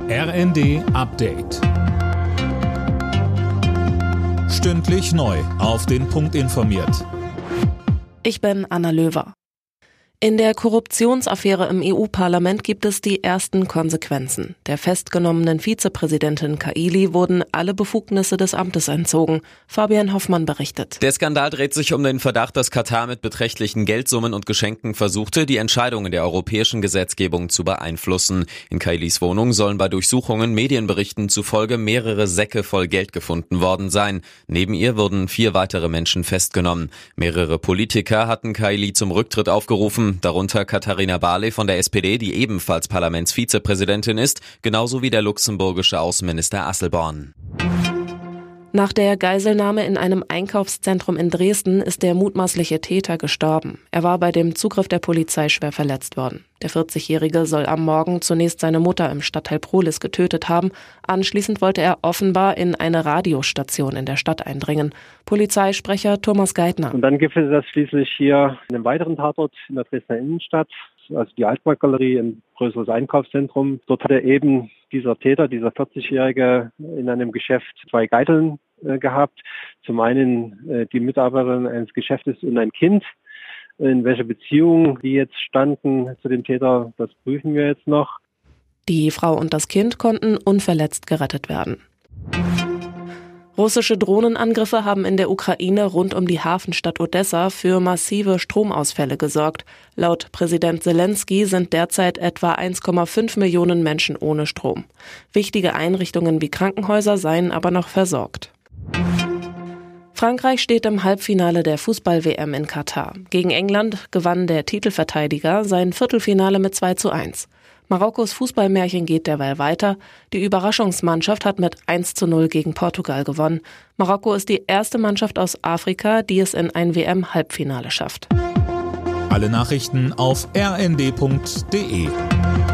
RND Update. Stündlich neu auf den Punkt informiert. Ich bin Anna Löwer. In der Korruptionsaffäre im EU-Parlament gibt es die ersten Konsequenzen. Der festgenommenen Vizepräsidentin Kaili wurden alle Befugnisse des Amtes entzogen. Fabian Hoffmann berichtet. Der Skandal dreht sich um den Verdacht, dass Katar mit beträchtlichen Geldsummen und Geschenken versuchte, die Entscheidungen der europäischen Gesetzgebung zu beeinflussen. In Kailis Wohnung sollen bei Durchsuchungen Medienberichten zufolge mehrere Säcke voll Geld gefunden worden sein. Neben ihr wurden 4 weitere Menschen festgenommen. Mehrere Politiker hatten Kaili zum Rücktritt aufgerufen, darunter Katharina Barley von der SPD, die ebenfalls Parlamentsvizepräsidentin ist, genauso wie der luxemburgische Außenminister Asselborn. Nach der Geiselnahme in einem Einkaufszentrum in Dresden ist der mutmaßliche Täter gestorben. Er war bei dem Zugriff der Polizei schwer verletzt worden. Der 40-Jährige soll am Morgen zunächst seine Mutter im Stadtteil Prohlis getötet haben. Anschließend wollte er offenbar in eine Radiostation in der Stadt eindringen. Polizeisprecher Thomas Geithner. Und dann gibt es das schließlich hier in einem weiteren Tatort in der Dresdner Innenstadt, also die Altmarktgalerie, ein größeres Einkaufszentrum. Dort hatte eben dieser Täter, dieser 40-Jährige, in einem Geschäft 2 Geiseln gehabt. Zum einen die Mitarbeiterin eines Geschäftes und ein Kind. In welcher Beziehung die jetzt standen zu dem Täter, das prüfen wir jetzt noch. Die Frau und das Kind konnten unverletzt gerettet werden. Russische Drohnenangriffe haben in der Ukraine rund um die Hafenstadt Odessa für massive Stromausfälle gesorgt. Laut Präsident Zelensky sind derzeit etwa 1,5 Millionen Menschen ohne Strom. Wichtige Einrichtungen wie Krankenhäuser seien aber noch versorgt. Frankreich steht im Halbfinale der Fußball-WM in Katar. Gegen England gewann der Titelverteidiger sein Viertelfinale mit 2:1. Marokkos Fußballmärchen geht derweil weiter. Die Überraschungsmannschaft hat mit 1:0 gegen Portugal gewonnen. Marokko ist die erste Mannschaft aus Afrika, die es in ein WM-Halbfinale schafft. Alle Nachrichten auf rnd.de.